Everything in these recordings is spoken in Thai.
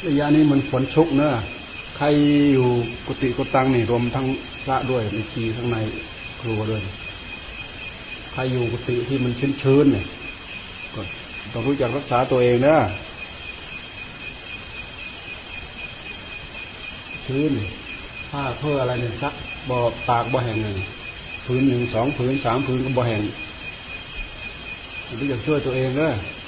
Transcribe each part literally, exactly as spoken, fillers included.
ระยะนี้มันฝนชุกเนอะใครอยู่กุฏิกุตังนี่รวมทั้งพระด้วยในชีข้างในครัวด้วยใครอยู่กุฏิที่มันชื้นๆเนี่ยก็ต้องรู้จักรักษาตัวเองนะชื้นผ้าเพื่ออะไรเนี่ยซักบ่ตากบ่แห้งหนึ่งผืนหนึ่งสองผืนสามผืนก็บ่แห้งรู้จักช่วยตัวเองนะ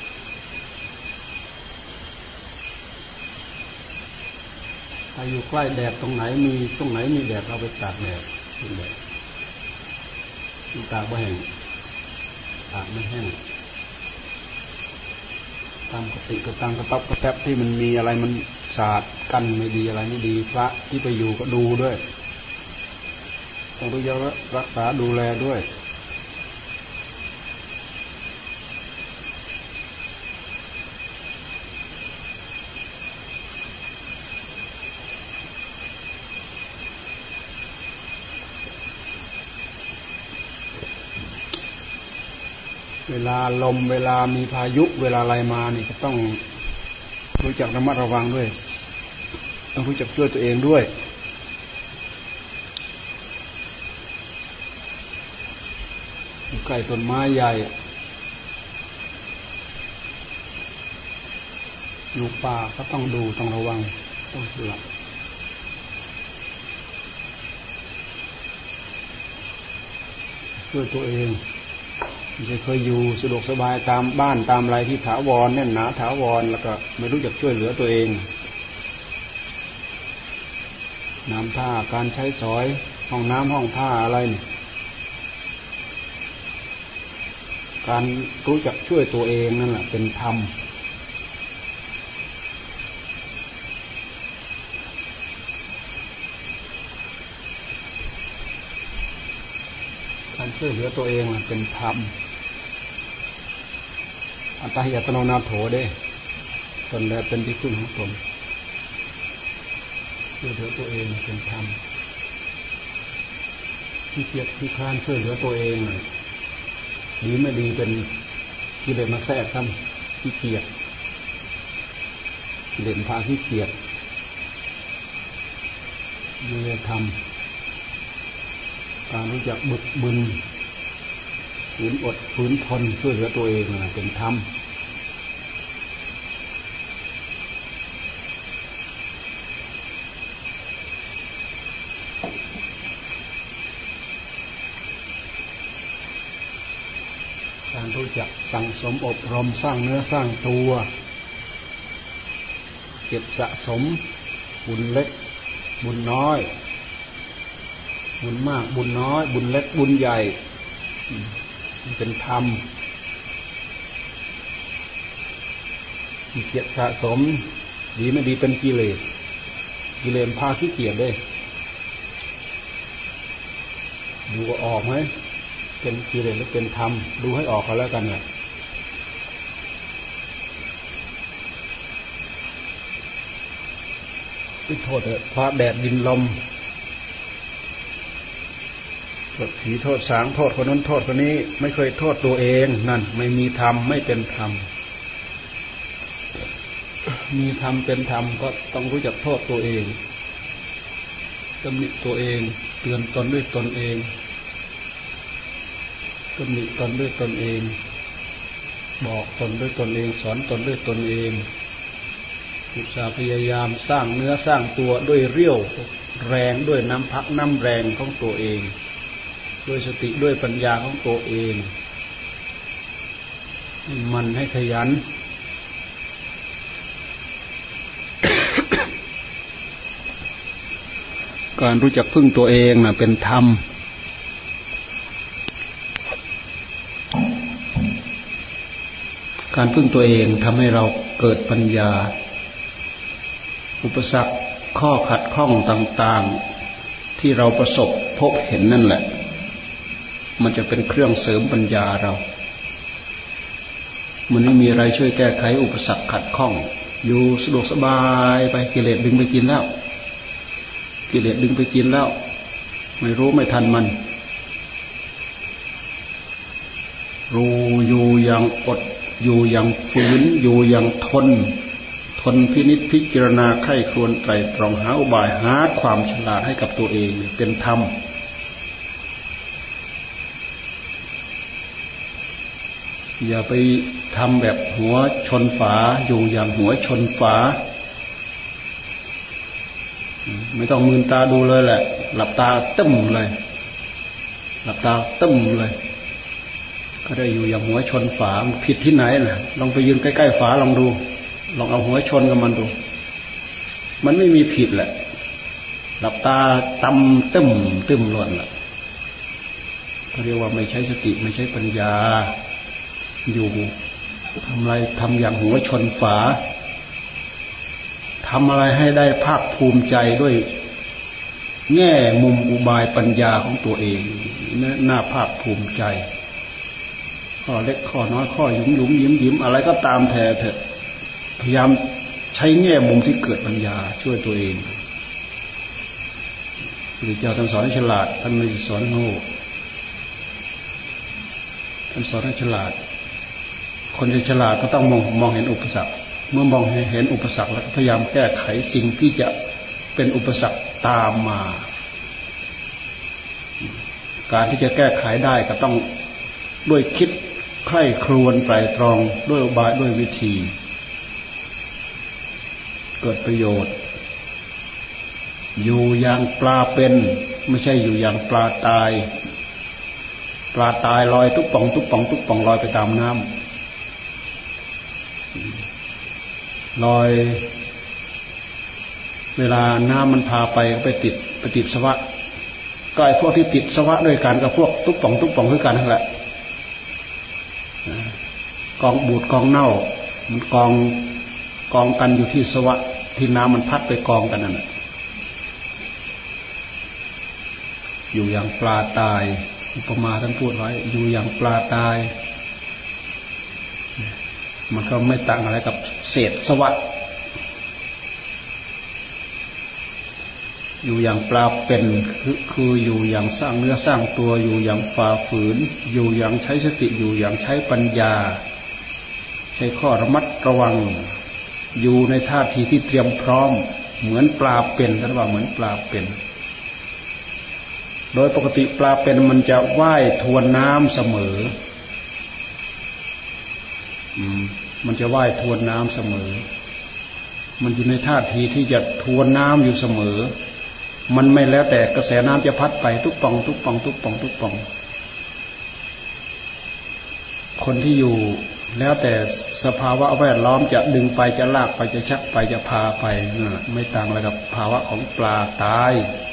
ถ้าอยู่ใกล้แดดตรงไหนมีตรงไหนมีแดดเราไปตากแดดกินแดดตากบ่แห้งตากไม่แห้งตามกติกตังกระต๊อบกระแทบที่มันมีอะไรมันสาดกันไม่ดีอะไรไม่ดีพระที่ไปอยู่ก็ดูด้วยต้องรู้จักรักษาดูแลด้วยเวลาลมเวลามีพายุเวลาอะไรมานี่ก็ต้องรู้จักระมัดระวังด้วยต้องรู้จักช่วยตัวเองด้วยอยู่ใกล้ต้นไม้ใหญ่อยู่ป่าก็ต้องดูต้องระวังต้องหลับช่วยตัวเองไม่เคยอยู่สะดวกสบายตามบ้านตามอะไรที่ถาวรแน่นหนาถาวรแล้วก็ไม่รู้จักช่วยเหลือตัวเองน้ำท่าการใช้สอยห้องน้ำห้องท่าอะไรนี่การรู้จักช่วยตัวเองนั่นแหละเป็นธรรมการช่วยเหลือตัวเองเป็นธรรมอัตตาหิอัตโนนาโถเด้ตนแลเป็นที่พึ่งของตนช่วยเหลือตัวเองเป็นธรรมที่เกียจที่คลานช่วยเหลือตัวเองดีไม่ดีเป็นกิเลสมาแทรกทำที่เกียจกิเลสพาที่เกียจมีธรรมการรู้จักบึกบึนฝืนอดฝืนทนช่วยเหลือตัวเองนะเป็นธรรมการรู้จักสั่งสมอบรมสร้างเนื้อสร้างตัวเก็บสะสมบุญเล็กบุญน้อยบุญมากบุญน้อยบุญเล็กบุญใหญ่เป็นธรรมขี้เกียจสะสมดีไม่ดีเป็นกิเลสกิเลสพาขี้เกียจได้ดูออกไหมเป็นกิเลสหรือเป็นธรรมดูให้ออกกันแล้วกันเนี่ยที่โทษเถอะพระแดดดินลมโทษผีโทษสางโทษคนนั้นโทษคนนี้ไม่เคยโทษตัวเองนั่นไม่มีธรรมไม่เป็นธรรมมีธรรมเป็นธรรมก็ต้องรู้จักโทษตัวเองตำหนิตัวเองเตือนตนด้วยตนเองตำหนิตนด้วยตนเองบอกตนด้วยตนเองสอนตนด้วยตนเองอุตส่าห์พยายามสร้างเนื้อสร้างตัวด้วยเรี่ยวแรงด้วยน้ำพักน้ำแรงของตัวเองด้วยสติด้วยปัญญาของตัวเองมันให้ขยัน การรู้จักพึ่งตัวเองน่ะเป็นธรรมการพึ่งตัวเองทำให้เราเกิดปัญญาอุปสรรคข้อขัดข้องต่างๆที่เราประสบพบเห็นนั่นแหละมันจะเป็นเครื่องเสริมปัญญาเรามันไม่มีอะไรช่วยแก้ไขอุปสรรคขัดข้องอยู่สะดวกสบายไปกิเลสดึงไปกินแล้วกิเลสดึงไปกินแล้วไม่รู้ไม่ทันมันรู้อยู่อย่างอดอยู่อย่างฝืนอยู่อย่างทนทนพินิจพิจารณาไข้ครวญไตรตรองหาอุบายหาความฉลาดให้กับตัวเองเป็นธรรมอย่าไปทำแบบหัวชนฝาอยู่อย่างหัวชนฝาไม่ต้องมืนตาดูเลยแหละหลับตาตึ้มเลยหลับตาตึ้มเลยก็ได้อยู่อย่างหัวชนฝาผิดที่ไหนล่ะลองไปยืนใกล้ๆฝาลองดูลองเอาหัวชนกับมันดูมันไม่มีผิดแหละหลับตาตำตึ้มตึ้มหล่นล่ะเขาเรียกว่าไม่ใช่สติไม่ใช่ปัญญาอยู่ทำอะไรทำอย่างหัวชนฝาทำอะไรให้ได้ภาคภูมิใจด้วยแง่มุมอุบายปัญญาของตัวเองน่าภาคภูมิใจข้อเล็กข้อน้อยข้อหยุมหยุมยิ้มยิ้มอะไรก็ตามแท้เถอะพยายามใช้แง่มุมที่เกิดปัญญาช่วยตัวเองพระเจ้าท่านสอนให้ฉลาดท่านไม่สอนโง่ท่านสอนให้ฉลาดคนที่ฉลาดก็ต้องมองมองเห็นอุปสรรคเมื่อมองเห็นอุปสรรคแล้วพยายามแก้ไขสิ่งที่จะเป็นอุปสรรคตามมาการที่จะแก้ไขได้ก็ต้องด้วยคิดใคร่ครวญไตรตรองด้วยอุบายด้วยวิธีเกิดประโยชน์อยู่อย่างปลาเป็นไม่ใช่อยู่อย่างปลาตายปลาตายลอยตุ๊บป่องตุ๊บป่องตุ๊บป่องลอยไปตามน้ำลอยเวลาน้ำมันพาไปก็ไปติดไปติดสวะก็ไอ้พวกที่ติดสวะด้วยกันกับพวกตุ๊บป่องตุ๊บป่องคือกันนั่นแหละกองบูดกองเน่ามันกองกองกันอยู่ที่สวะที่น้ำมันพัดไปกองกันนั่นแหละอยู่อย่างปลาตายอุปมาท่านพูดไว้อยู่อย่างปลาตายมันก็ไม่ต่างอะไรกับเศษสวะอยู่อย่างปลาเป็นคือคืออยู่อย่างสร้างเนื้อสร้างตัวอยู่อย่างฝ่าฝืนอยู่อย่างใช้สติอยู่อย่างใช้ปัญญาใช้ข้อระมัดระวังอยู่ในท่าทีที่เตรียมพร้อมเหมือนปลาเป็นท่านว่าเหมือนปลาเป็นโดยปกติปลาเป็นมันจะว่ายทวนน้ำเสมอมันจะว่ายทวนน้ำเสมอมันอยู่ในท่าทีที่จะทวนน้ำอยู่เสมอมันไม่แล้วแต่กระแสน้ำจะพัดไปทุกป่องทุกป่องทุกป่องทุกป่องคนที่อยู่แล้วแต่สภาวะแวดล้อมจะดึงไปจะลากไปจะชักไปจะพาไปไม่ต่างอะไรกับภาวะของปลาตาย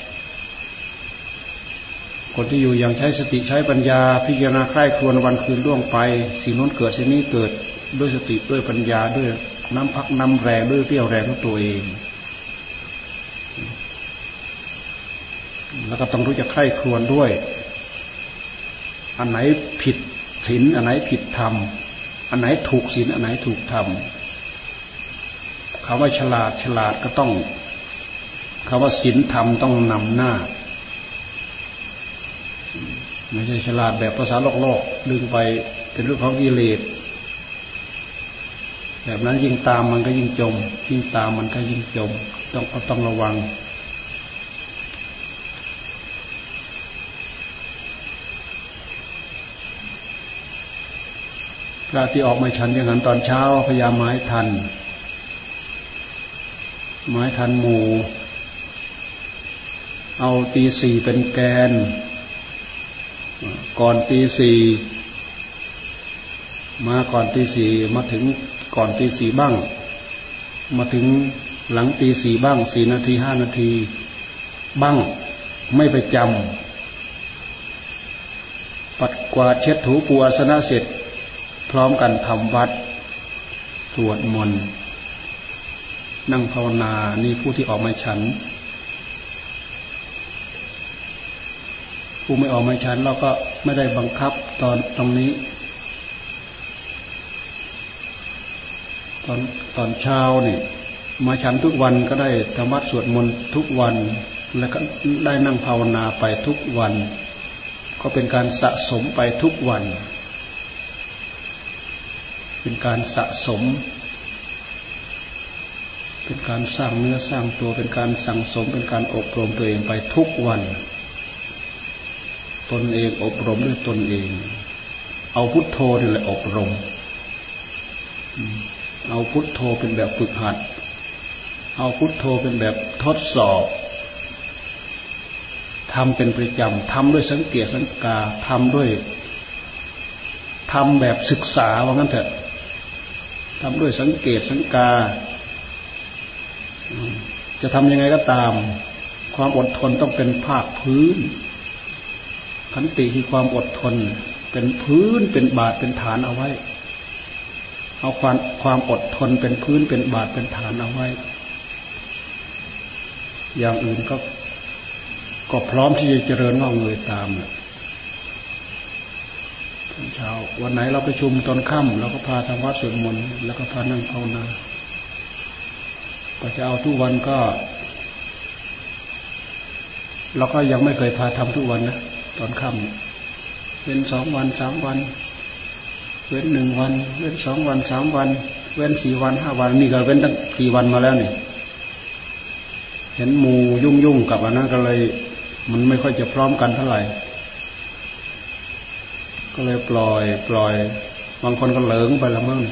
คนที่อยู่อย่างใช้สติใช้ปัญญาพิจารณาใคร่ครวญวันคืนล่วงไปสิ่งนู้นเกิดสิ่งนี้เกิดด้วยสติด้วยปัญญาด้วยน้ำพักน้ำแรงด้วยเรี่ยวแรงของตัวเองแล้วก็ต้องรู้จักใคร่ครวญด้วยอันไหนผิดศีลอันไหนผิดธรรมอันไหนถูกศีลอันไหนถูกธรรมคำว่าฉลาดฉลาดก็ต้องคำว่าศีลธรรมต้องนำหน้าไม่ใช่ฉลาดแบบภาษาโลกโลกดึงไปเป็นเรื่องของกิเลสแบบนั้นยิ่งตามมันก็ยิ่งจมยิ่งตามมันก็ยิ่งจมต้องต้องระวังพระที่ออกมาฉันอย่างนั้นตอนเช้าพยายามหมายทันหมายทันหมู่เอาตีสี่เป็นแกนก่อนตีสี่มาก่อนตีสี่มาถึงก่อนตีสี่บ้างมาถึงหลังตีสี่บ้างสี่นาทีห้านาทีบ้างไม่ไปจำปัดกวาดเช็ดถูปูอาสนะเสร็จพร้อมกันทำวัดสวดมนต์นั่งภาวนานี่ผู้ที่ออกมาฉันผู้ไม่ออกมาฉันเราก็ไม่ได้บังคับตอนตรงนี้ตอนตอนเช้านี่มาฉันทุกวันก็ได้ทำวัดสวดมนต์ทุกวันแล้วก็ได้นั่งภาวนาไปทุกวันก็เป็นการสะสมไปทุกวันเป็นการสะสมเป็นการสร้างเนื้อสร้างตัวเป็นการสั่งสมเป็นการอบรมตัวเองไปทุกวันตนเองอบรมด้วยตนเองเอาพุทโธนี่แหละอบรมเอาพุทโธเป็นแบบฝึกหัดเอาพุทโธเป็นแบบทดสอบทำเป็นประจำทำด้วยสังเกตสังกาทำด้วยทำแบบศึกษาว่างั้นเถอะทำด้วยสังเกตสังกาจะทำยังไงก็ตามความอดทนต้องเป็นภาคพื้นขันติคือความอดทนเป็นพื้นเป็นบาทเป็นฐานเอาไว้เอาความความอดทนเป็นพื้นเป็นบาทเป็นฐานเอาไว้อย่างอื่นก็ก็พร้อมที่จะเจริญงอกเงยตามตอนเช้าวันไหนเราประชุมตอนค่ำเราก็พาทำวัดสวดมนต์แล้วก็พานั่งภาวนาก็จะเอาทุกวันก็เราก็ยังไม่เคยพาทำทุกวันนะตอนค่ำเว้นสองวันสามวันเว้นหนึ่งวันเว้นสองวันสามวันเว้นสี่วันห้าวันนี่ก็เว้นตั้งกี่วันมาแล้วนี่เห็นหมู่ยุ่งยุ่งกับอันนั้นก็เลยมันไม่ค่อยจะพร้อมกันเท่าไหร่ก็เลยปล่อยปล่อยบางคนก็เหลิงไปละมั่ง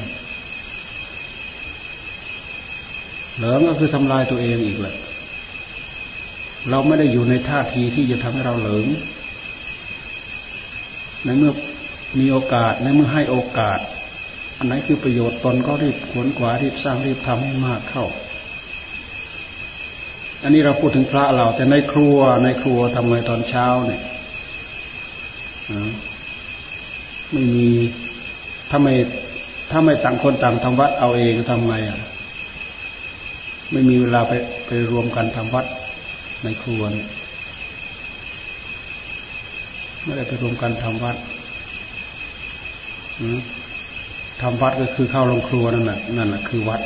เหลิงก็คือทำลายตัวเองอีกแหละเราไม่ได้อยู่ในท่าทีที่จะทำให้เราเหลิงในเมื่อมีโอกาสในเมื่อให้โอกาสอันไหนคือประโยชน์ตนก็รีบขวนขวารีบสร้างรีบทำให้มากเข้าอันนี้เราพูดถึงพระเราแต่ในครัวในครัวทำไงตอนเช้าเนี่ยไม่มีถ้าไม่ถ้าไม่ต่างคนต่างทำวัดเอาเองทำไงอ่ะไม่มีเวลาไปไปรวมกันทำวัดในครัวเนี่ยไม่ได้ไปรวมกันทำวัดทำวัดก็คือเข้าโรงครัวนั่นแหละนั่นแหละคือวัด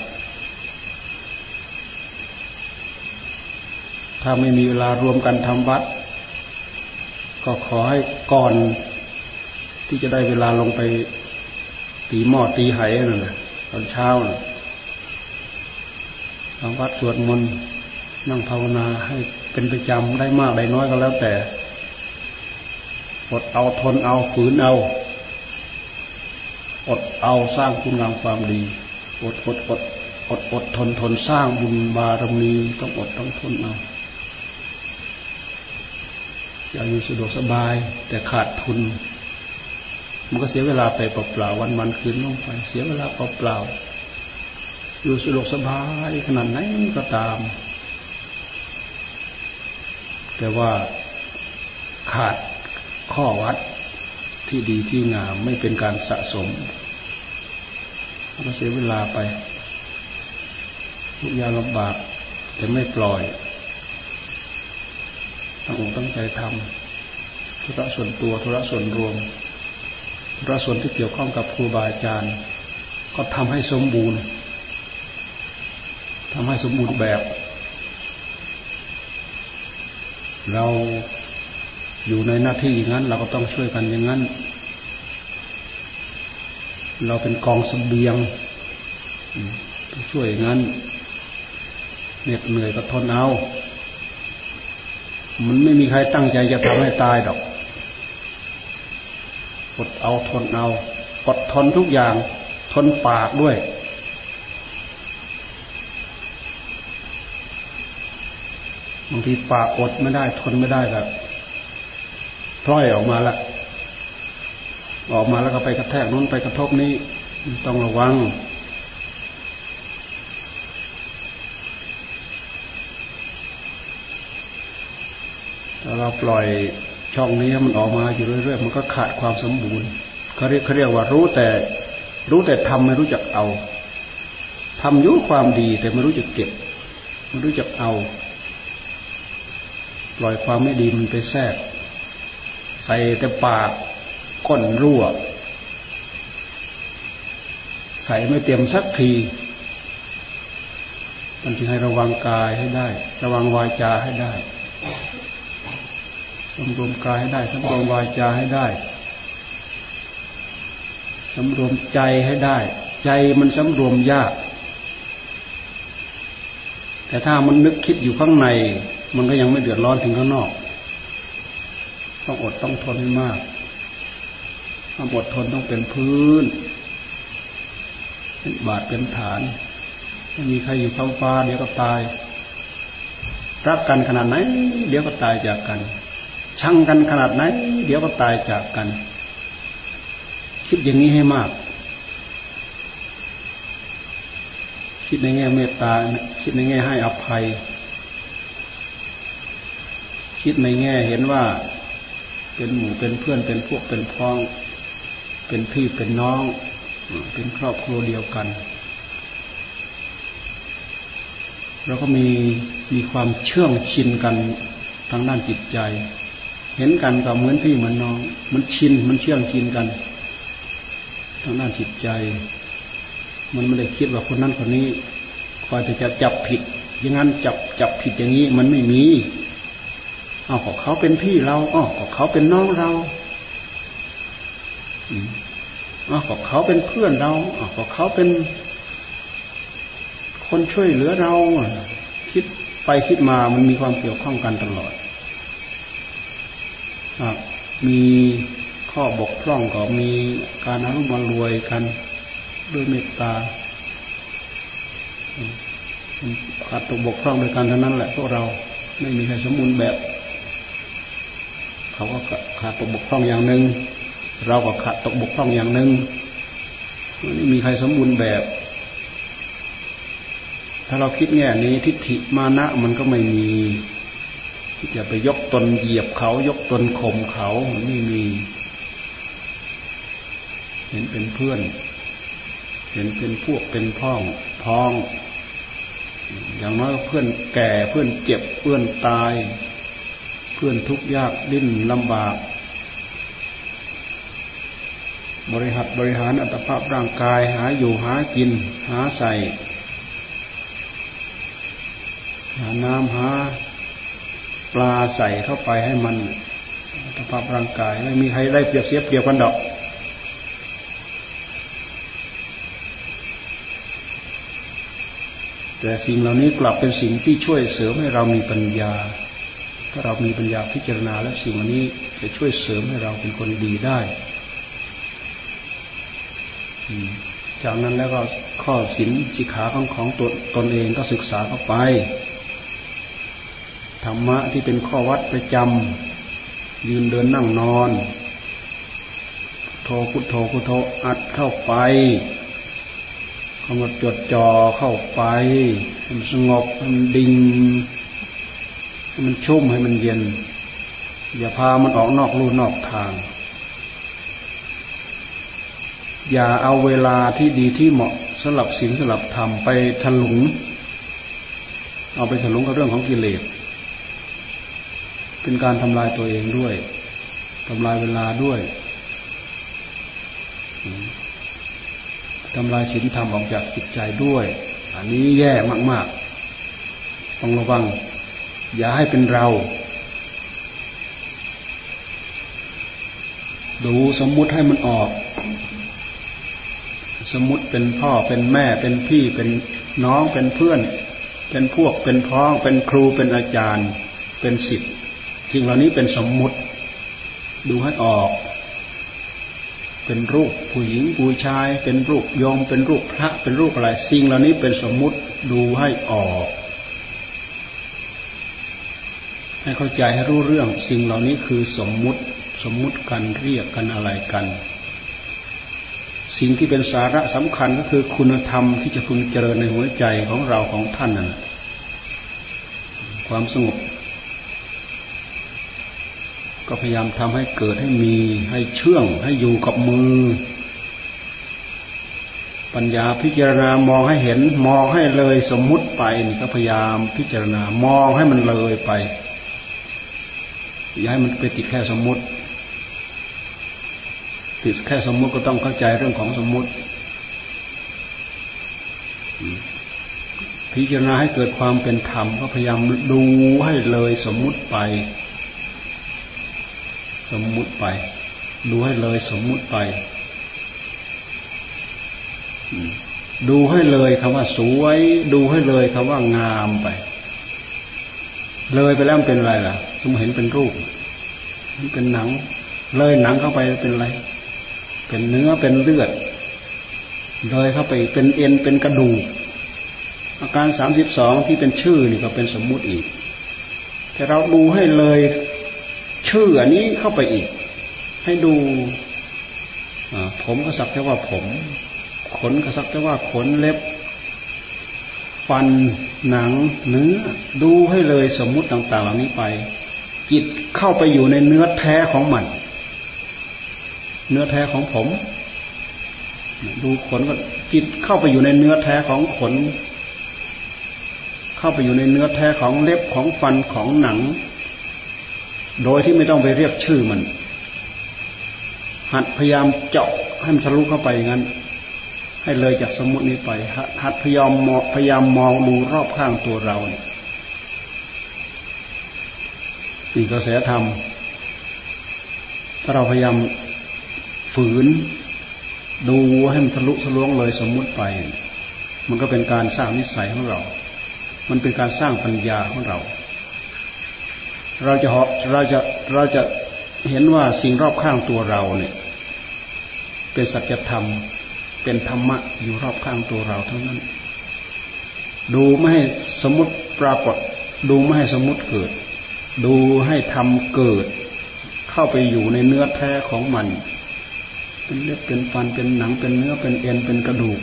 ถ้าไม่มีเวลารวมกันทำวัดก็ขอให้ก่อนที่จะได้เวลาลงไปตีหม้อตีไหนั่นแหละตอนเช้าน่ะทำวัดสวดมนต์นั่งภาวนาให้เป็นประจำได้มากได้น้อยก็แล้วแต่อดเอาทนเอาฝืนเอาอดเอาสร้างคุณงามความดีอดอดอดอดอดทนทนสร้างบุญบารมีต้องอดต้องทนเอาอยากอยู่สะดวกสบายแต่ขาดทุนมันก็เสียเวลาไปเปล่าๆวันวันคืนลงไปเสียเวลาเปล่าๆอยู่สะดวกสบายขนาดไหนก็ตามแต่ว่าขาดข้อวัดที่ดีที่งามไม่เป็นการสะสมก็เสียเวลาไปทุกอย่างลำบากแต่ไม่ปล่อยตั้งอกตั้งใจทำธุระส่วนตัวธุระส่วนรวมธุระส่วนที่เกี่ยวข้องกับครูบาอาจารย์ก็ทำให้สมบูรณ์ทำให้สมบูรณ์แบบเราอยู่ในหน้าที่อย่างนั้นเราก็ต้องช่วยกันอย่างนั้นเราเป็นกองเสบียงต้องช่วยอย่างนั้นเหน็ดเหนื่อยก็ทนเอามันไม่มีใครตั้งใจจะทำให้ตายดอกอดเอาทนเอาอดทนทุกอย่างทนปากด้วยบางทีปากอดไม่ได้ทนไม่ได้แบบพล่อยออกมาละออกมาแล้วก็ไปกระแทกนู้นไปกระทบนี้ต้องระวังถ้าเราปล่อยช่องนี้ให้มันออกมาอยู่เรื่อยๆมันก็ขาดความสมบูรณ์เขาเรียกเขาเรียกว่ารู้แต่รู้แต่ทำไม่รู้จักเอาทำยุ่ความดีแต่ไม่รู้จักเก็บไม่รู้จักเอาปล่อยความไม่ดีมันไปแทรกใส่แต่ปากก้นรั่วใส่ไม่เต็มสักทีมันจึงให้ระวังกายให้ได้ระวังวาจาให้ได้สำรวมกายให้ได้สำรวมวาจาให้ได้สำรวมใจให้ได้ใจมันสำรวมยากแต่ถ้ามันนึกคิดอยู่ข้างในมันก็ยังไม่เดือดร้อนถึงข้างนอกต้องอดต้องทนให้มากความอดทนต้องเป็นพื้นเป็นบาทเป็นฐานไม่มีใครอยู่ข้างฟ้าเดี๋ยวก็ตายรักกันขนาดไหนเดี๋ยวก็ตายจากกันชังกันขนาดไหนเดี๋ยวก็ตายจากกันคิดอย่างนี้ให้มากคิดในแง่เมตตาคิดในแง่ให้อภัยคิดในแง่เห็นว่าเป็นหมู่เป็นเพื่อนเป็นพวกเป็นพ้องเป็นพี่เป็นน้องเป็นครอบครัวเดียวกันเราก็มีมีความเชื่องชินกันทางด้านจิตใจเห็นกันก็เหมือนพี่เหมือนน้องมันชินมันเชื่องชินกันทางด้านจิตใจมันไม่ได้คิดว่าคนนั้นคนนี้คอยแต่จะจับผิดอย่างนั้นจับจับผิดอย่างนี้มันไม่มีอ้าวก็เขาเป็นพี่เราอ้าวก็เขาเป็นน้องเราอ้าวก็เขาเป็นเพื่อนเราอ้าวก็เขาเป็นคนช่วยเหลือเราคิดไปคิดมามันมีความเกี่ยวข้องกันตลอดมีข้อบกพร่องก็มีการอารมณ์รวยกันด้วยเมตตาขาดตกบกพร่องโดยการเท่านั้นแหละพวกเราไม่มีใครสมบูรณ์แบบเขาก็ขาดตกบกพร่องอย่างหนึ่งเราก็ขาดตกบกพร่องอย่างหนึ่งไม่มีใครสมบูรณ์แบบถ้าเราคิดแง่นี้ทิฏฐิมานะมันก็ไม่มีที่จะไปยกตนเหยียบเขายกตนข่มเขาไม่มีเห็นเป็นเพื่อนเห็นเป็นพวกเป็นพ้องพ้องอย่างน้อยเพื่อนแก่เพื่อนเจ็บเพื่อนตายเพื่อนทุกข์ยากดิ้นลำบากบริหารบริหารอัตภาพร่างกายหาอยู่หากินหาใส่หาน้ำหาปลาใส่เข้าไปให้มันอัตภาพร่างกายไม่มีใครได้เปรียบเสียเปรียบกันดอกแต่สิ่งเหล่านี้กลับเป็นสิ่งที่ช่วยเสริมให้เรามีปัญญาถ้าเรามีปัญญาพิจารณาแล้วสิ่งเหล่านี้จะช่วยเสริมให้เราเป็นคนดีได้จากนั้นแล้วก็ข้อศีลสิกขาของของตนตนเองก็ศึกษาเข้าไปธรรมะที่เป็นข้อวัดประจำยืนเดินนั่งนอนโทพุทโธพุทโธอัดเข้าไปกำหนดจดจ่อเข้าไปให้มันสงบให้มันดิ่งให้มันชุ่มให้มันเย็นอย่าพามันออกนอกลู่นอกทางอย่าเอาเวลาที่ดีที่เหมาะสำหรับศีลสำหรับธรรมไปถลุงเอาไปถลุงกับเรื่องของกิเลสเป็นการทำลายตัวเองด้วยทำลายเวลาด้วยทำลายศีลธรรมออกจากจิตใจด้วยอันนี้แย่มากๆต้องระวังอย่าให้เป็นเราดูสมมุติให้มันออกสมมุติเป็นพ่อเป็นแม่เป็นพี่เป็นน้องเป็นเพื่อนเป็นพวกเป็นพ้องเป็นครูเป็นอาจารย์เป็นศิษย์สิ่งเหล่านี้เป็นสมมุติดูให้ออกเป็นรูปผู้หญิงผู้ชายเป็นรูปโยมเป็นรูปพระเป็นรูปอะไรสิ่งเหล่านี้เป็นสมมุติดูให้ออกให้เข้าใจให้รู้เรื่องสิ่งเหล่านี้คือสมมุติสมมุติกันเรียกกันอะไรกันสิ่งที่เป็นสาระสำคัญก็คือคุณธรรมที่จะพึงเจริญในหัวใจของเราของท่านนั่นความสงบก็พยายามทำให้เกิดให้มีให้เชื่องให้อยู่กับมือปัญญาพิจารณามองให้เห็นมองให้เลยสมมุติไปนี่ก็พยายามพิจารณามองให้มันเลยไปอย่าให้มันไปติดแค่สมมุติติดแค่สมมุติก็ต้องเข้าใจเรื่องของสมมุติพิจารณาให้เกิดความเป็นธรรมก็พยายามดูให้เลยสมมุติไปสมมุติไปดูให้เลยสมมุติไปดูให้เลยคำว่าสวยดูให้เลยคำว่างามไปเลยไปแล้วมันเป็นอะไรล่ะสมมติเห็นเป็นรูปมันเป็นหนังเลยหนังเข้าไปเป็นอะไรเป็นเนื้อเป็นเลือดเลยเข้าไปเป็นเอ็นเป็นกระดูกอาการสามสิบสองที่เป็นชื่อนี่ก็เป็นสมมุติอีกแต่เราดูให้เลยชื่ออันนี้เข้าไปอีกให้ดูผมก็สักแต่ว่าผมขนก็สักแต่ว่าขนเล็บฟันหนังเนื้อดูให้เลยสมมุติต่างๆเหล่านี้ไปจิตเข้าไปอยู่ในเนื้อแท้ของมันเนื้อแท้ของผมดูขนก็จิตเข้าไปอยู่ในเนื้อแท้ของขนเข้าไปอยู่ในเนื้อแท้ของเล็บของฟันของหนังโดยที่ไม่ต้องไปเรียกชื่อมันหัดพยายามเจาะให้มันทะลุเข้าไปอย่างนั้นให้เลยจากสมมุตินี้ไปหัดพยายามมองพยายามมองดูรอบข้างตัวเรานี่กระแสธรรมถ้าเราพยายามฝืนดูให้มันทะลุทะลวงเลยสมมุติไปมันก็เป็นการสร้างนิสัยของเรามันเป็นการสร้างปัญญาของเราเราจะเราจะเราจะเห็นว่าสิ่งรอบข้างตัวเราเนี่ยเป็นสัจธรรมเป็นธรรมะอยู่รอบข้างตัวเราทั้งนั้นดูไม่ให้สมมุติปรากฏดูไม่ให้สมมุติเกิดดูให้ธรรมเกิดเข้าไปอยู่ในเนื้อแท้ของมันเป็นเล็บเป็นฟันเป็นหนังเป็นเนื้อเป็นเอ็นเป็นกระดูก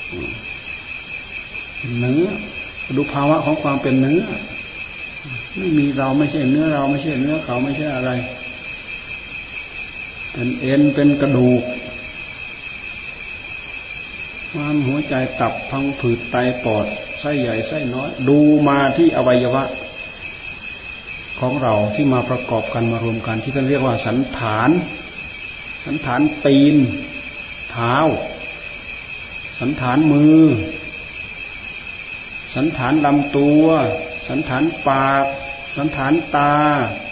เนื้อดูภาวะของความเป็นเนื้อไม่มีเราไม่ใช่เนื้อเราไม่ใช่เนื้อเขาไม่ใช่อะไรเป็นเอ็นเป็นกระดูกม้ามหัวใจตับพังผืดไตปอดไส้ใหญ่ไส้น้อยดูมาที่อวัยวะของเราที่มาประกอบกันมารวมกันที่ท่านเรียกว่าสันฐานสันฐานตีนเท้าสันฐานมือสันฐานลำตัวสันฐานปากสันฐานตา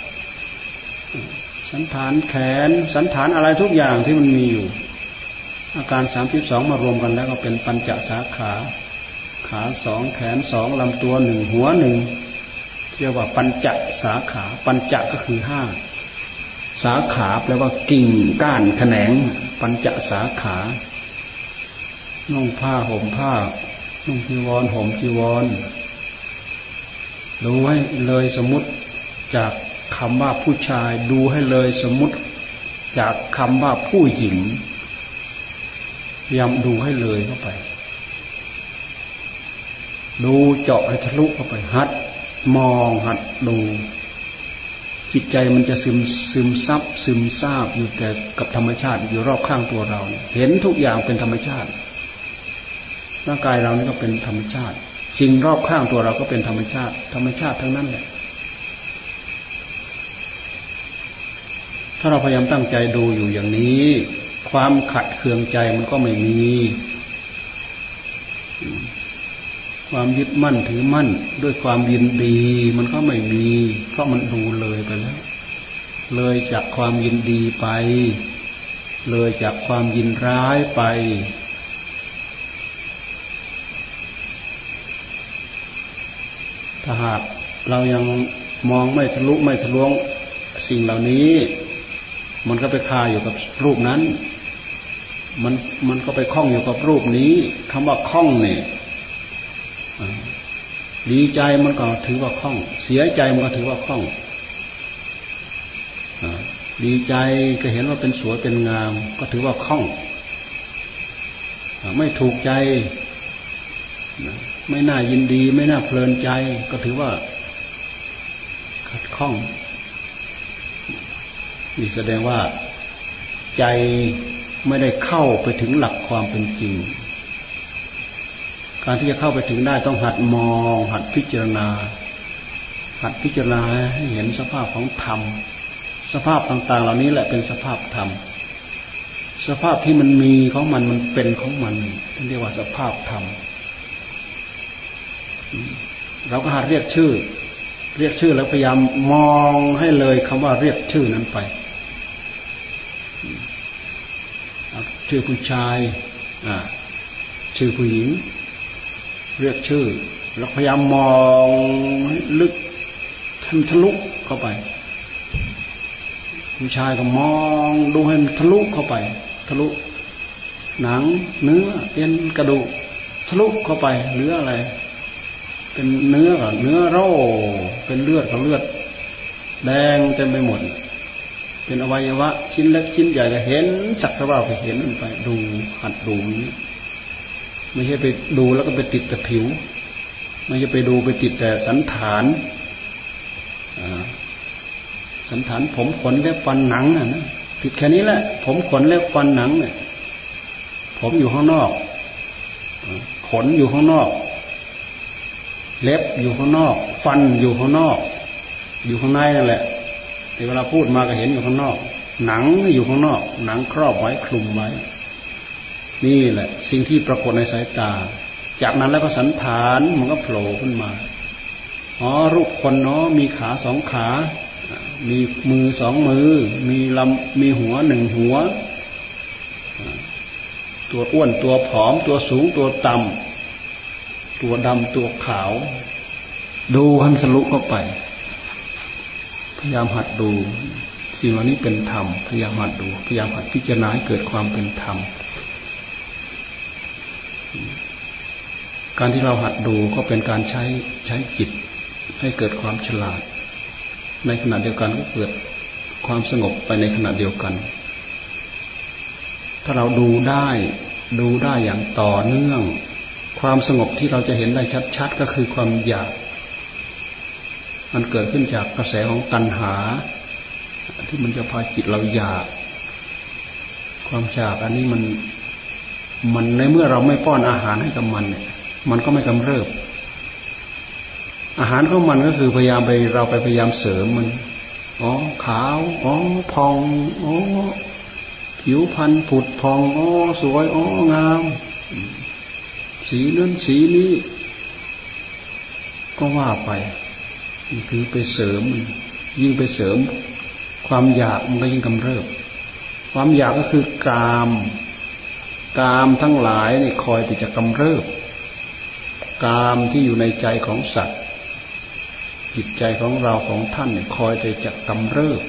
สันฐานแขนสันฐานอะไรทุกอย่างที่มันมีอยู่อาการสามสิบสองมารวมกันแล้วก็เป็นปัญจสาขาขาสองแขนสองลำตัวหนึ่งหัวหนึ่งเรียกว่าปัญจสาขาปัญจก็คือห้าสาขาแปลว่ากิ่งก้านแขนงปัญจสาขานุ่งผ้าห่มผ้านุ่งจีวรห่มจีวรดูให้เลยสมมุติจากคำว่าผู้ชายดูให้เลยสมมุติจากคำว่าผู้หญิงพยายามดูให้เลยเข้าไปดูเจาะให้ทะลุเข้าไปหัดมองหัดดูจิตใจมันจะซึมซึมซับซึมซาบอยู่แต่กับธรรมชาติอยู่รอบข้างตัวเราเห็นทุกอย่างเป็นธรรมชาติร่างกายเรานี่ก็เป็นธรรมชาติสิ่งรอบข้างตัวเราก็เป็นธรรมชาติธรรมชาติทั้งนั้นแหละถ้าเราพยายามตั้งใจดูอยู่อย่างนี้ความขัดเคืองใจมันก็ไม่มีความยึดมั่นถือมั่นด้วยความยินดีมันก็ไม่มีเพราะมันดูเลยไปแล้วเลยจากความยินดีไปเลยจากความยินร้ายไปถ้าหากเรายังมองไม่ทะลุไม่ทะลวงสิ่งเหล่านี้มันก็ไปคาอยู่กับรูปนั้นมันมันก็ไปคล้องอยู่กับรูปนี้คำว่าคล้องเนี่ยดีใจมันก็ถือว่าคล้องเสียใจมันก็ถือว่าคล้องดีใจก็เห็นว่าเป็นสวยเป็นงามก็ถือว่าคล้องไม่ถูกใจไม่น่ายินดีไม่น่าเพลินใจก็ถือว่าขัดข้องนี่แสดงว่าใจไม่ได้เข้าไปถึงหลักความเป็นจริงการที่จะเข้าไปถึงได้ต้องหัดมองหัดพิจารณาหัดพิจารณาให้เห็นสภาพของธรรมสภาพต่างๆเหล่านี้แหละเป็นสภาพธรรมสภาพที่มันมีของมันมันเป็นของมันที่เรียกว่าสภาพธรรมเราก็หัดเรียกชื่อเรียกชื่อแล้วพยายามมองให้เลยคำว่าเรียกชื่อนั้นไปชื่อผู้ชายชื่อผู้หญิงเรียกชื่อแล้วพยายามมองลึกทำทะลุเข้าไปผู้ชายก็มองดูให้มันทะลุเข้าไปทะลุหนังเนื้อเอ็นกระดูกทะลุเข้าไปเนื้ออะไรเป็นเนื้อกับเนื้อโร่เป็นเลือดกับเลือดแดงเต็มไปหมดเป็นอวัยวะชิ้นเล็กชิ้นใหญ่ก็เห็นสักแต่ว่าไปเห็นมันไปดูหัดดูนี้ไม่ใช่ไปดูแล้วก็ไปติดแต่ผิวไม่ใช่ไปดูไปติดแต่สันฐานสันฐานผมขนเล็บฟันหนังอ่ะนะติดแค่นี้แหละผมขนเล็บฟันหนังเนี่ยผมอยู่ข้างนอกขนอยู่ข้างนอกเล็บอยู่ข้างนอกฟันอยู่ข้างนอกอยู่ข้างในนั่นแหละแต่เวลาพูดมาก็เห็นอยู่ข้างนอกหนังอยู่ข้างนอกหนังครอบไว้คลุมไว้นี่แหละสิ่งที่ปรากฏในสายตาจากนั้นแล้วก็สันฐานมันก็โผล่ขึ้นมาอ๋อรูปคนเนาะมีขาสองขามีมือสองมือมีลำมีหัวหนึ่งหัวตัวอ้วนตัวผอมตัวสูงตัวต่ำตัวดำตัวขาวดูให้มันทะลุเข้าไปพยายามหัดดูสิ่งเหล่านี้เป็นธรรมพยายามหัดดูพยายามหัดพิจารณาให้เกิดความเป็นธรรมการที่เราหัดดูก็เป็นการใช้ใช้จิตให้เกิดความฉลาดในขณะเดียวกันก็เกิดความสงบไปในขณะเดียวกันถ้าเราดูได้ดูได้อย่างต่อเนื่องความสงบที่เราจะเห็นได้ชัดๆก็คือความอยากมันเกิดขึ้นจากกระแสของตัณหาที่มันจะพาจิตเราอยากความอยากอันนี้มันมันในเมื่อเราไม่ป้อนอาหารให้กับมันเนี่ยมันก็ไม่กำเริบอาหารของมันก็คือพยายามไปเราไปพยายามเสริมมันอ๋อขาวอ๋อพองอ๋อผิวพรรณผุดพองอ๋อสวยอ๋องามสีนั้นสีนี้ก็ว่าไปคือไปเสริมยิ่งไปเสริมความอยากมันก็ยิ่งกำเริบความอยากก็คือกามกามทั้งหลายนี่คอยที่จะกำเริบกามที่อยู่ในใจของสัตว์จิตใจของเราของท่านเนี่ยคอยที่จะกำเริบ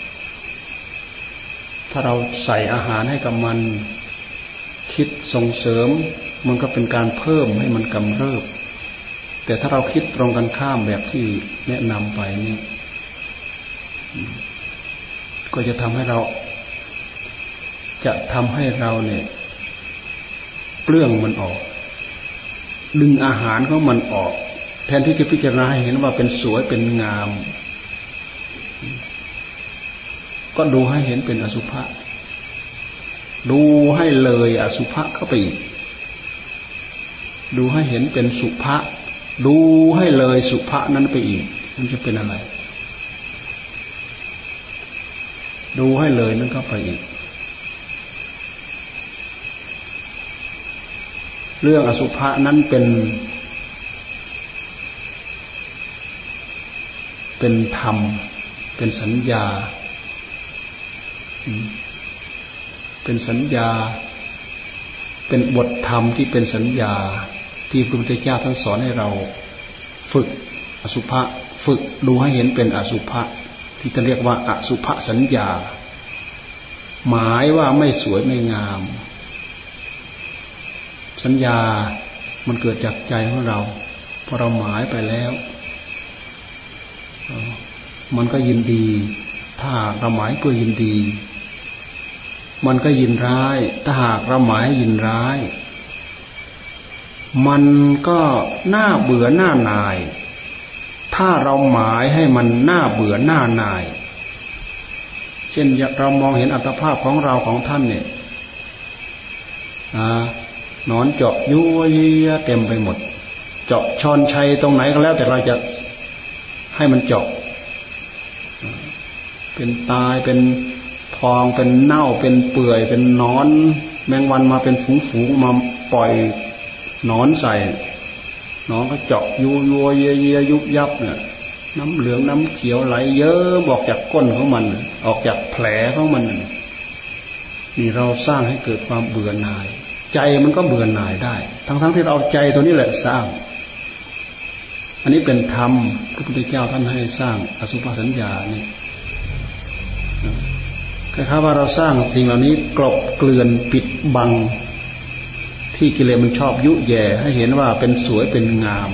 ถ้าเราใส่อาหารให้กับมันคิดส่งเสริมมันก็เป็นการเพิ่มให้มันกำเริบแต่ถ้าเราคิดตรงกันข้ามแบบที่แนะนำไปนี่ก็จะทำให้เราจะทำให้เราเนี่ยเปลื้องมันออกดึงอาหารของมันออกแทนที่จะพิจารณาให้เห็นว่าเป็นสวยเป็นงามก็ดูให้เห็นเป็นอสุภะดูให้เลยอสุภะเข้าไปอีกดูให้เห็นเป็นสุภะดูให้เลยสุภะนั้นไปอีกมันจะเป็นอะไรดูให้เลยนั้นเข้าไปอีกเรื่องอสุภะนั้นเป็นเป็นธรรมเป็นสัญญาเป็นสัญญาเป็นบทธรรมที่เป็นสัญญาที่พระพุทธเจ้าท่านสอนให้เราฝึกอสุภะฝึกดูให้เห็นเป็นอสุภะที่ท่านเรียกว่าอสุภสัญญาหมายว่าไม่สวยไม่งามสัญญามันเกิดจากใจของเราพอเราหมายไปแล้วมันก็ยินดีถ้าเราหมายเพื่อยินดีมันก็ยินร้ายถ้าหากเราหมายยินร้ายมันก็น่าเบื่อหน้าหน่ายถ้าเราหมายให้มันน่าเบื่อหน้าหน่ายเช่นเรามองเห็นอัตภาพของเราของท่านเนี่ยนอนเจาะยั่วเยียเต็มไปหมดเจาะชอนชัยตรงไหนก็แล้วแต่เราจะให้มันเจาะเป็นตายเป็นพองเป็นเน่าเป็นเปื่อยเป็นนอนแมงวันมาเป็นฝูงๆมาปล่อยนอนใส่นอนก็เจาะยั่วยั่วเยียเยียยุบยับเนี่ยน้ำเหลืองน้ำเขียวไหลเยอะบอกจากก้นของมันออกจากแผลของมันนี่เราสร้างให้เกิดความเบื่อหน่ายใจมันก็เบื่อหน่ายได้ทั้งๆที่เราใจตัวนี้แหละสร้างอันนี้เป็นธรรมพระพุทธเจ้าท่านให้สร้างอสุภสัญญานี่คล้ายๆว่าเราสร้างสิ่งเหล่านี้กลบเกลื่อนปิดบังที่กิเลสมันชอบยุแย่ให้เห็นว่าเป็นสวยเป็นงาม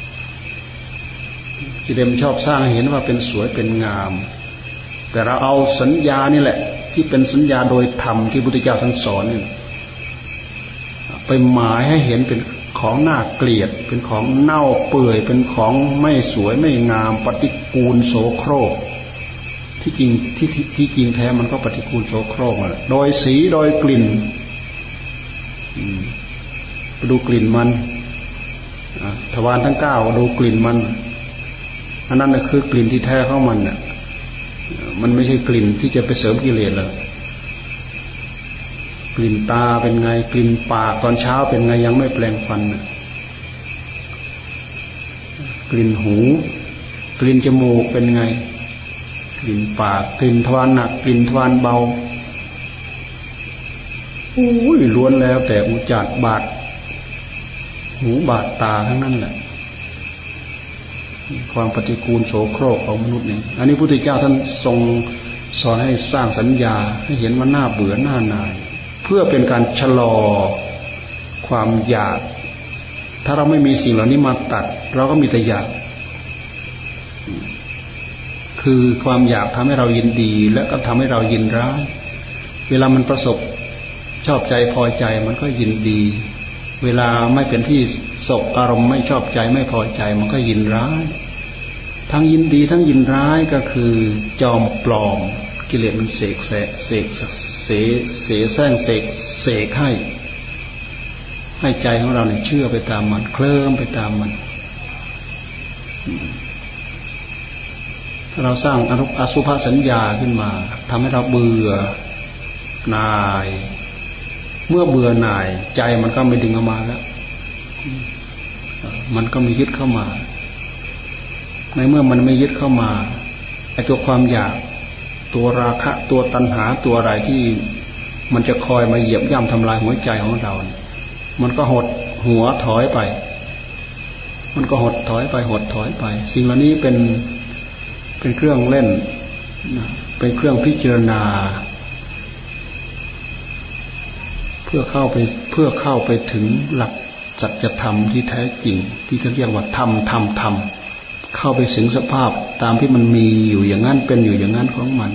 กิเลสมันชอบสร้างให้เห็นว่าเป็นสวยเป็นงามแต่เราเอาสัญญานี่แหละที่เป็นสัญญาโดยธรรมที่พระพุทธเจ้าท่านสอนนี่ไปหมายให้เห็นเป็นของน่าเกลียดเป็นของเน่าเปื่อยเป็นของไม่สวยไม่งามปฏิกูลโสโครกที่จริงที่ที่จริงแท้มันก็ปฏิกูลโสโครกแหละโดยสีโดยกลิ่นไปดูกลิ่นมันทวารทั้งเก้าดูกลิ่นมันอันนั้นน่ะคือกลิ่นที่แท้ของมันน่ะมันไม่ใช่กลิ่นที่จะไปเสริมกิเลสเลยกลิ่นตาเป็นไงกลิ่นปากตอนเช้าเป็นไงยังไม่แปลงฟันน่ะกลิ่นหูกลิ่นจมูกเป็นไงกลิ่นปากกลิ่นทวารหนักกลิ่นทวารเบาอุ้ยล้วนแล้วแต่อุจจาระบาดหูบาดตาทั้งนั้นแหละความปฏิกูลโสโครกของมนุษย์นี่อันนี้พระพุทธเจ้าท่านทรงสอนให้สร้างสัญญาให้เห็นว่าน่าเบื่อหน้าหน่ายเพื่อเป็นการชะลอความอยากถ้าเราไม่มีสิ่งเหล่านี้มาตัดเราก็มีแต่อยากคือความอยากทำให้เรายินดีและก็ทำให้เรายินร้ายเวลามันประสบชอบใจพอใจมันก็ยินดีเวลาไม่เป็นที่สบอารมณ์ไม่ชอบใจไม่พอใจมันก็ยินร้ายทั้งยินดีทั้งยินร้ายก็คือจอมปลอมกิเลสมันเสกแสเสกเสเสเสแสร้งเสกเสกให้ให้ใจของเราเนี่ยเชื่อไปตามมันเคลิ้มไปตามมันถ้าเราสร้างอสุภสัญญาขึ้นมาทำให้เราเบื่อหน่ายเมื่อเบื่อหน่ายใจมันก็ไม่ดึงออกมาแล้วมันก็ไม่ยึดเข้ามาในเมื่อมันไม่ยึดเข้ามาไอ้ตัวความอยากตัวราคะตัวตัณหาตัวอะไรที่มันจะคอยมาเหยียบย่ำทำลายหัวใจของเรามันก็หดหัวถอยไปมันก็หดถอยไปหดถอยไปสิ่งเหล่านี้เป็นเป็นเครื่องเล่นเป็นเครื่องพิจารณาเพื่อเข้าไปเพื่อเข้าไปถึงหลักสัจธรรมที่แท้จริงที่เขาเรียกว่าธรรมธรรมธรรมเข้าไปถึงสภาพตามที่มันมีอยู่อย่างนั้นเป็นอยู่อย่างนั้นของมัน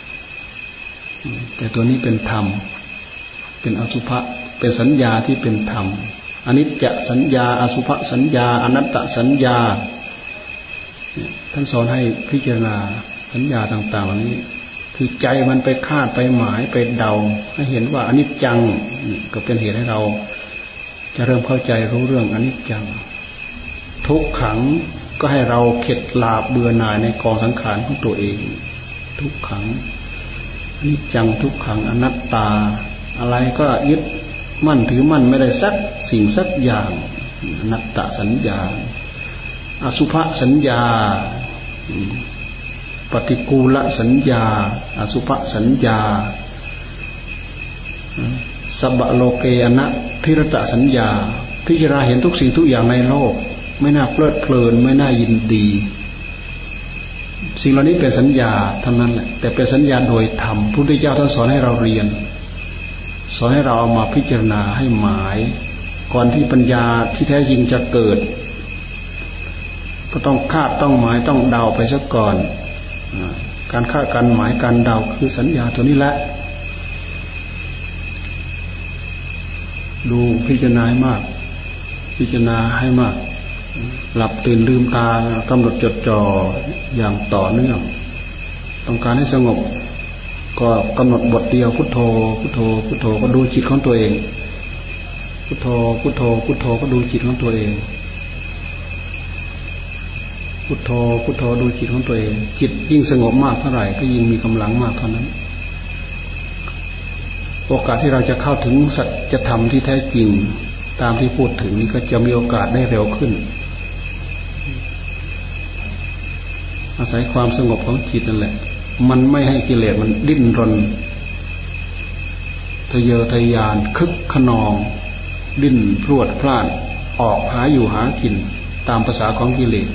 แต่ตัวนี้เป็นธรรมเป็นอสุภะเป็นสัญญาที่เป็นธรรมอนิจจสัญญาอสุภสัญญาอนัตตสัญญาท่านสอนให้พิจารณาสัญญาต่างๆเหล่านี้คือใจมันไปคาดไปหมายไปเดาให้เห็นว่าอนิจจังก็เป็นเหตุให้เราจะเริ่มเข้าใจรู้เรื่องอนิจจังทุกขังก็ให้เราเข็ดหลาบเบื่อหน่ายในกองสังขารของตัวเองทุกขังอนิจจังทุกขังอนัตตาอะไรก็ยึดมั่นถือมั่นไม่ได้สักสิ่งสักอย่างอนัตตสัญญาอสุภสัญญาปฏิกูลสัญญาอสุภสัญญาสัพพโลเกอนะทิรตสัญญาพิจารณาเห็นทุกสิ่งทุกอย่างในโลกไม่น่าเพลิดเพลินไม่น่ายินดีสิ่งเหล่านี้เป็นสัญญาทั้งนั้นแหละแต่เป็นสัญญาโดยธรรมพระพุทธเจ้าท่านสอนให้เราเรียนสอนให้เราเอามาพิจารณาให้หมายก่อนที่ปัญญาที่แท้จริงจะเกิดก็ต้องคาดต้องหมายต้องเดาไปซะก่อนการคาดการหมายการเดาคือสัญญาตัวนี้แหละดูพิจารณาให้มากพิจารณาให้มากหลับตื่นลืมตากำหนดจดจ่ออย่างต่อเนื่องต้องการให้สงบก็กำหนดบทเดียวพุทโธพุทโธพุทโธก็ดูจิตของตัวเองพุทโธพุทโธพุทโธก็ดูจิตของตัวเองพุทโธพุทโธดูจิตของตัวเองจิตยิ่งสงบมากเท่าไหร่ก็ยิ่งมีกำลังมากเท่านั้นโอกาสที่เราจะเข้าถึงสัจธรรมที่แท้จริงตามที่พูดถึงนี้ก็จะมีโอกาสได้เร็วขึ้นอาศัยความสงบของจิตนั่นแหละมันไม่ให้กิเลสมันดิ้นรนทะเยอทะยานคึกขนองดิ้นพรวดพล่านออกหาอยู่หากินตามภาษาของกิเลส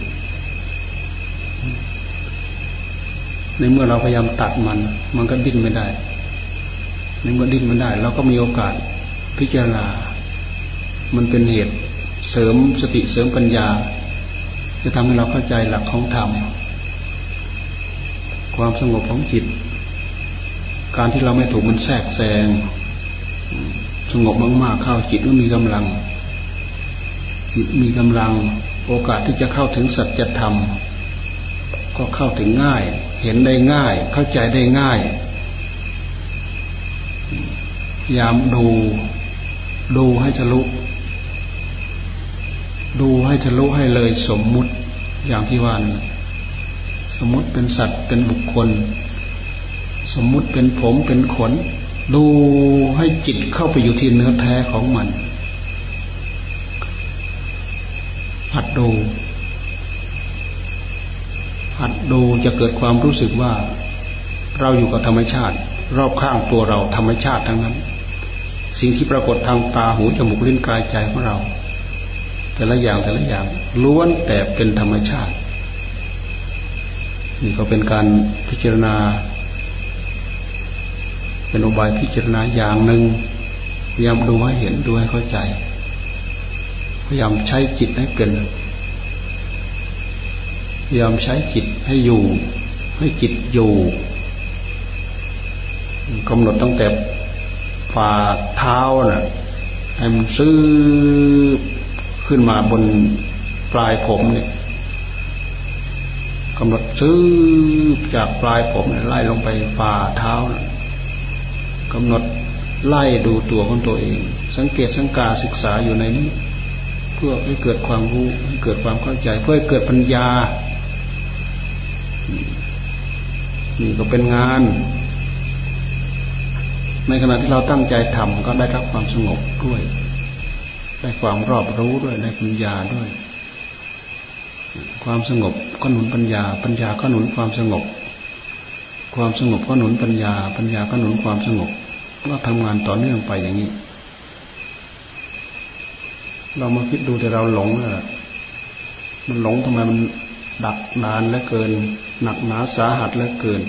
ในเมื่อเราพยายามตัดมันมันก็ดิ้นไม่ได้ในเมื่อดิ้นไม่ได้เราก็มีโอกาสพิจารณามันเป็นเหตุเสริมสติเสริมปัญญาจะทำให้เราเข้าใจหลักของธรรมความสงบของจิตการที่เราไม่ถูกมันแทรกแซงสงบมากๆเข้าจิตก็มีกำลังจิตมีกำลังโอกาสที่จะเข้าถึงสัจธรรมก็เข้าถึงง่ายเห็นได้ง่ายเข้าใจได้ง่ายพยายามดูดูให้ทะลุดูให้ทะลุให้เลยสมมุติอย่างที่ว่านั้นสมมุติเป็นสัตว์เป็นบุคคลสมมุติเป็นผมเป็นขนดูให้จิตเข้าไปอยู่ที่เนื้อแท้ของมันหัดดูหัดดูจะเกิดความรู้สึกว่าเราอยู่กับธรรมชาติรอบข้างตัวเราธรรมชาติทั้งนั้นสิ่งที่ปรากฏทางตาหูจมูกลิ้นกายใจของเราแต่ละอย่างแต่ละอย่างล้วนแต่เป็นธรรมชาตินี่ก็เป็นการพิจารณาเป็นอุบายพิจารณาอย่างหนึ่งพยายามดูให้เห็นดูให้เข้าใจพยายามใช้จิตให้เป็นพยายามใช้จิตให้อยู่ให้จิตอยู่กำหนดตั้งแต่ฝ่าเท้าน่ะให้มันซื้อขึ้นมาบนปลายผมเนี่ยกำหนดซื้อจากปลายผมไล่ลงไปฝ่าเท้าน่ะกำหนดไล่ดูตัวของตัวเองสังเกตสังกาศึกษาอยู่ในนี้เพื่อให้เกิดความรู้ให้เกิดความเข้าใจเพื่อให้เกิดปัญญานี่ก็เป็นงานในขณะที่เราตั้งใจทำก็ได้รับความสงบด้วยได้ความรอบรู้ด้วยได้ปัญญาด้วยความสงบก็หนุนปัญญาปัญญาก็หนุนความสงบความสงบก็หนุนปัญญาปัญญาก็หนุนความสงบก็ทำงานต่อเนื่องไปอย่างนี้เรามาคิดดูแต่เราหลงน่ะมันหลงทำไมมันดักนานเหลือเกินหนักหนาสาหัสเหลือเกิน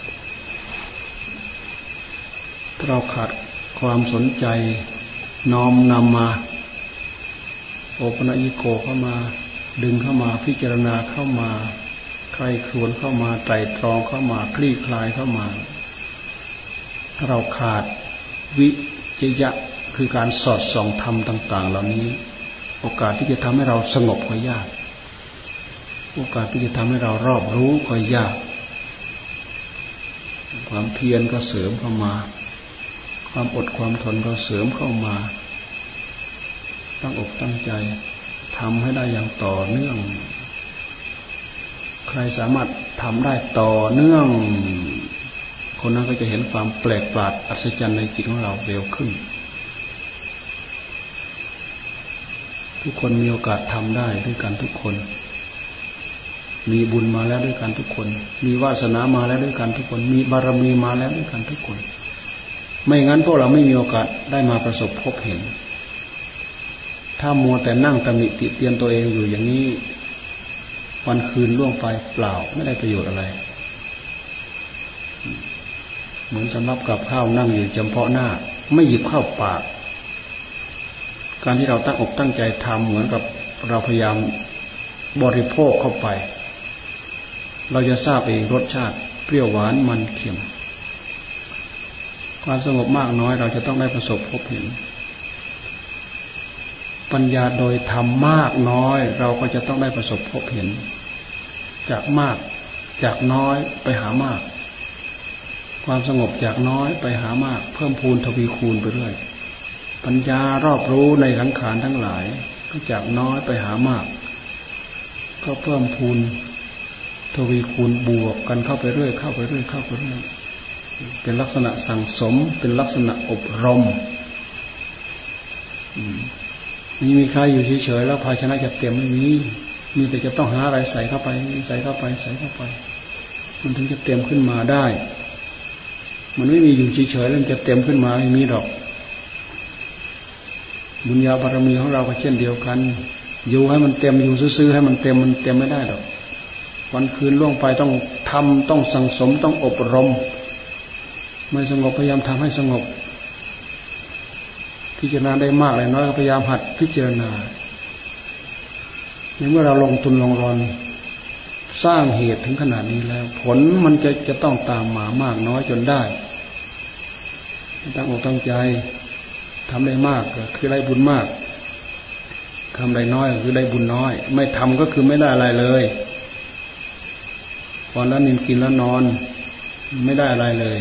เราขาดความสนใจน้อมนำมาโอปนญิโกเข้ามาดึงเข้ามาพิจารณาเข้ามาใคร่ครวญเข้ามาไตร่ตรองเข้ามาคลี่คลายเข้ามาถ้าเราขาดวิจยะคือการสอดส่องธรรมต่างๆเหล่านี้โอกาสที่จะทำให้เราสงบก็ยากโอกาสที่จะทำให้เรารอบรู้ก็ยากความเพียรก็เสริมเข้ามาความอดความทนก็เสริมเข้ามาตั้งอกตั้งใจทำให้ได้อย่างต่อเนื่องใครสามารถทำได้ต่อเนื่องคนนั้นก็จะเห็นความแปลกประหลาดอัศจรรย์ในจิตของเราเร็วขึ้นทุกคนมีโอกาสทำได้ด้วยกันทุกคนมีบุญมาแล้วด้วยกันทุกคนมีวาสนามาแล้วด้วยกันทุกคนมีบารมีมาแล้วด้วยกันทุกคนไม่งั้นพวกเราไม่มีโอกาสได้มาประสบพบเห็นถ้ามัวแต่นั่งตำหนิติเตียนตัวเองอยู่อย่างนี้วันคืนล่วงไปเปล่าไม่ได้ประโยชน์อะไรเหมือนสำรับกับข้าวนั่งอยู่เฉพาะหน้าไม่หยิบเข้าปากการที่เราตั้งอกตั้งใจทำเหมือนกับเราพยายามบริโภคเข้าไปเราจะทราบเองรสชาติเปรี้ยวหวานมันเค็มความสงบมากน้อยเราจะต้องได้ประสบพบเห็นปัญญาโดยธรรมมากน้อยเราก็จะต้องได้ประสบพบเห็นจากมากจากน้อยไปหามากความสงบจากน้อยไปหามากเพิ่มพูนทวีคูณไปเรื่อยปัญญารอบรู้ในสังขารทั้งหลายก็จากน้อยไปหามากก็เพิ่มพูนทวีคูณบวกกันเข้าไปเรื่อยเข้าไปเรื่อยเข้าไปเรื่อยเป็นลักษณะสั่งสมเป็นลักษณะอบรมนี่มีใครอยู่เฉยๆแล้วภาชนะจะเต็มไม่มีมีแต่จะต้องหาอะไรใส่เข้าไปใส่เข้าไปใส่เข้าไปมันถึงจะเต็มขึ้นมาได้มันไม่มีอยู่เฉยๆแล้วมันจะเต็มขึ้นมาไม่มีดอกบุญญาบารมีของเราก็เช่นเดียวกันอยู่ให้มันเต็มอยู่ซื่อๆให้มันเต็มมันเต็มไม่ได้หรอกวันคืนล่วงไปต้องทำต้องสังสมต้องอบรมไม่สงบพยายามทำให้สงบพิจารณาได้มากเลยน้อยก็พยายามหัดพิจารณาในเมื่อเราลงทุนลงรอนสร้างเหตุถึงขนาดนี้แล้วผลมันจะจะต้องตามมามากน้อยจนได้ตั้งอกตั้งใจทำได้มากก็คือได้บุญมากทำได้น้อยก็คือได้บุญน้อยไม่ทำก็คือไม่ได้อะไรเลยพอแล้วนินกินแล้วนอนไม่ได้อะไรเลย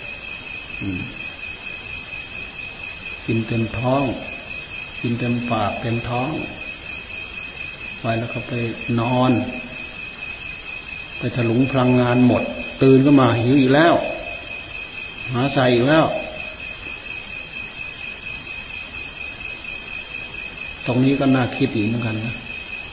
กินเต็มท้องกินเต็มปากเต็มท้องไปแล้วก็ไปนอนไปถลุงพลังงานหมดตื่นก็มาหิวอีกแล้วหาใส่อีกแล้วตรงนี้ก็น่าคิดอีกเหมือนกันนะ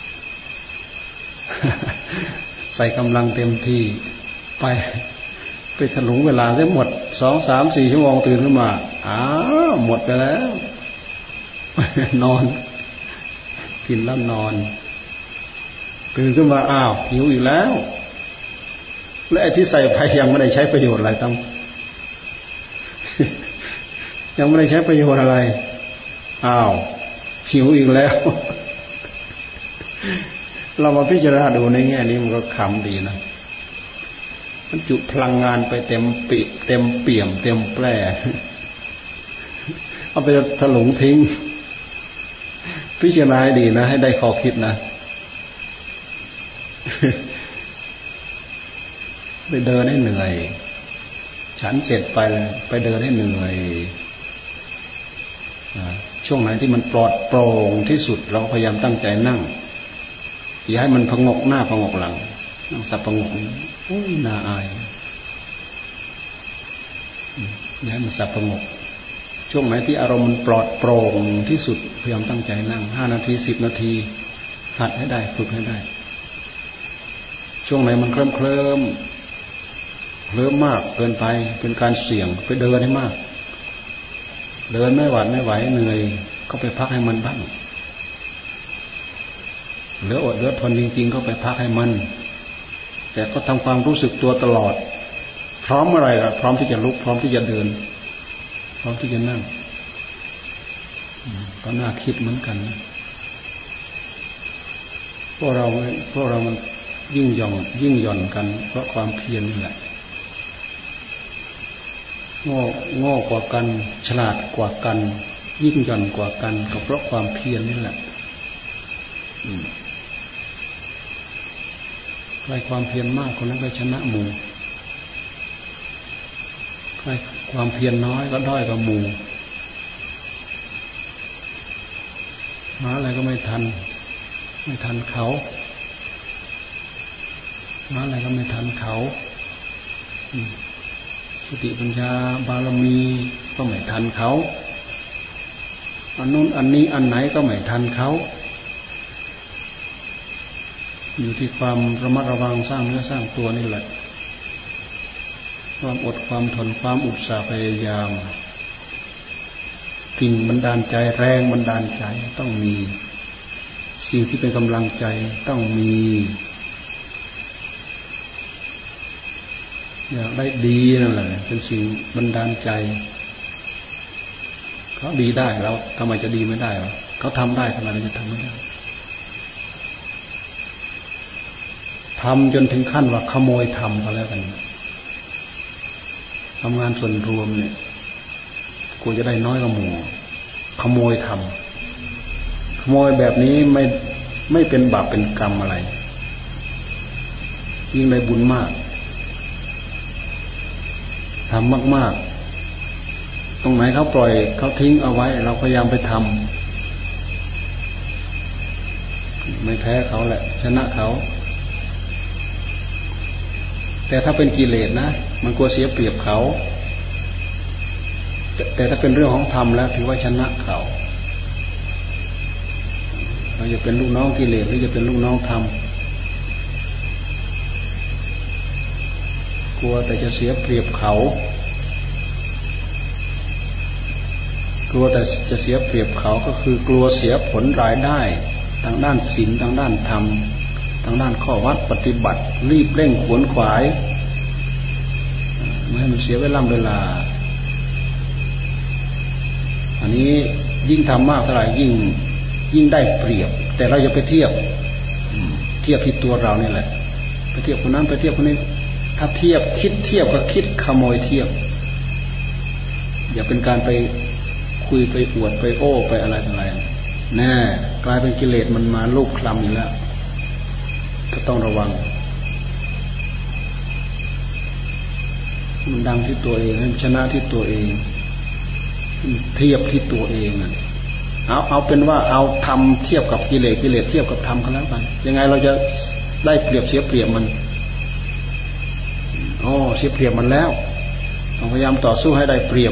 ใส่กำลังเต็มที่ไปไปถลุงเวลาได้หมดสองสามสี่ชั่วโมงตื่นขึ้นมาอ้าวหมดไปแล้วนอนกินแล้วนอนตื่นขึ้นมาอ้าวหิวอีกแล้วและไอ้ที่ใส่ไปยังไม่ได้ใช้ประโยชน์อะไรตั้งยังไม่ได้ใช้ประโยชน์อะไรอ้าวหิวอีกแล้วเรามาพิจารณาดูในแง่นี้มันก็ขำดีนะมันจุพลังงานไปเต็มปีเต็มเปี่ยมเต็มแปร่เอาไปถลุงทิ้งพิจารณาให้ดีนะให้ได้ข้อคิดนะไปเดินให้เหนื่อยฉันเสร็จไปไปเดินให้เหนื่อยช่วงไหนที่มันปลอดโปร่งที่สุดเราพยายามตั้งใจนั่งอย่าให้มันพงกหน้าพงกหลังนั่งสับพงกอุ้ยน่าอายอย่าให้มันสับพงกช่วงไหนที่อารมณ์มันปลอดโปร่งที่สุดพยายามตั้งใจนั่งห้านาทีสิบนาทีหัดให้ได้ฝึกให้ได้ช่วงไหนมันเคลิ้มเคลิ้มเคลิ้มมากเกินไปเป็นการเสี่ยงไปเดินให้มากเดินไม่หวาดไม่ไหวเหนื่อยก็ไปพักให้มันบ้างเหลืออดเหลือทนจริงๆก็ไปพักให้มันแต่ก็ทำความรู้สึกตัวตลอดพร้อมอะไรล่ะพร้อมที่จะลุกพร้อมที่จะเดินพร้อมที่จะนั่งก็น่าคิดเหมือนกันพวกเราพวกเรามันยิ่งหย่อนยิ่งหย่อนกันเพราะความเพียรนี่แหละโง่โง่กว่ากันฉลาดกว่ากันยิ่งหย่อนกว่ากันก็เพราะความเพียรนี่แหละใครความเพียรมากคนนั้นก็ชนะหมู่ใครความเพียรน้อยก็ด้อยกว่าหมู่หาอะไรก็ไม่ทันไม่ทันเขาหาอะไรก็ไม่ทันเขาสติปัญญาบารมีก็ไม่ทันเขาอันนู้นอันนี้อันไหนก็ไม่ทันเขาอยู่ที่ความระมัดระวังสร้างเนื้อสร้างตัวนี่แหละความอดความทนความอุตสาห์พยายามกิ่งบันดาลใจแรงบันดาลใจต้องมีสิ่งที่เป็นกำลังใจต้องมีอยากได้ดีนั่นแหละเป็นสิ่งบันดาลใจเขาดีได้แล้วทำไมจะดีไม่ได้เขาทำได้ทำไมเราจะทำไม่ได้ทำจนถึงขั้นว่าขโมยทำก็แล้วกันทำงานส่วนรวมเนี่ยกูจะได้น้อยกว่าหมู่ขโมยทำขโมยแบบนี้ไม่ไม่เป็นบาปเป็นกรรมอะไรยิ่งได้บุญมากทำมากๆตรงไหนเขาปล่อยเขาทิ้งเอาไว้เราพยายามไปทำไม่แพ้เขาแหละชนะเขาแต่ถ้าเป็นกิเลสนะมันกลัวเสียเปรียบเขาแต่แต่ถ้าเป็นเรื่องของธรรมแล้วถือว่าชนะเขาเราจะเป็นลูกน้องกิเลสหรือจะเป็นลูกน้องธรรมกลัวแต่จะเสียเปรียบเขากลัวแต่จะเสียเปรียบเขาก็คือกลัวเสียผลรายได้ทางด้านศีลทางด้านธรรมทางด้านข้อวัดปฏิบัติรีบเร่งขวนขวายไม่ให้มันเสียเวลาเวลาอันนี้ยิ่งทำมากเท่าไหร่ยิ่งยิ่งได้เปรียบแต่เราอย่าไปเทียบเทียบที่ตัวเรานี่แหละไปเทียบคนนั้นไปเทียบคนนี้ถ้าเทียบคิดเทียบก็คิดขโมยเทียบอย่าเป็นการไปคุยไปอวดไปโอ้ไปอะไรอะไรแน่กลายเป็นกิเลสมันมาลูกคลำอยู่แล้วก็ต้องระวังมันดังที่ตัวเองชนะที่ตัวเองเทียบที่ตัวเองเอาเอาเป็นว่าเอาทำเทียบกับกิเลสกิเลสเทียบกับธรรมกันแล้วกันยังไงเราจะได้เปรียบเสียเปรียบมันอ๋อเสียเปรียบมันแล้วพยายามต่อสู้ให้ได้เปรียบ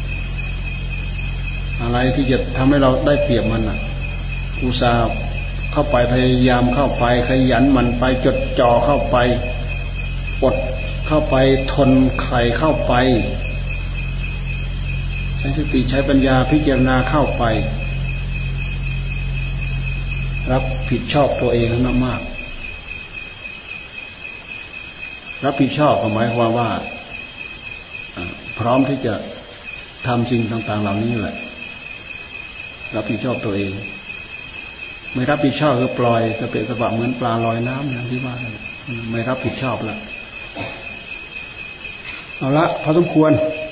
อะไรที่จะทำให้เราได้เปรียบมันอ่ะอุตส่าห์เข้าไปพยายามเข้าไปขยันมันไปจดจ่อเข้าไปอดเข้าไปทนไข่เข้าไปใช้สติใช้ปัญญาพิจารณาเข้าไปรับผิดชอบตัวเองให้มากๆรับผิดชอบหมายความว่าพร้อมที่จะทำสิ่งต่างๆเหล่านี้แหละรับผิดชอบตัวเองไม่รับผิดชอบคือปล่อยกระเปะกระบะเหมือนปลาลอยน้ำอย่างที่ว่าไม่รับผิดชอบแล้วเอาละพอสมควร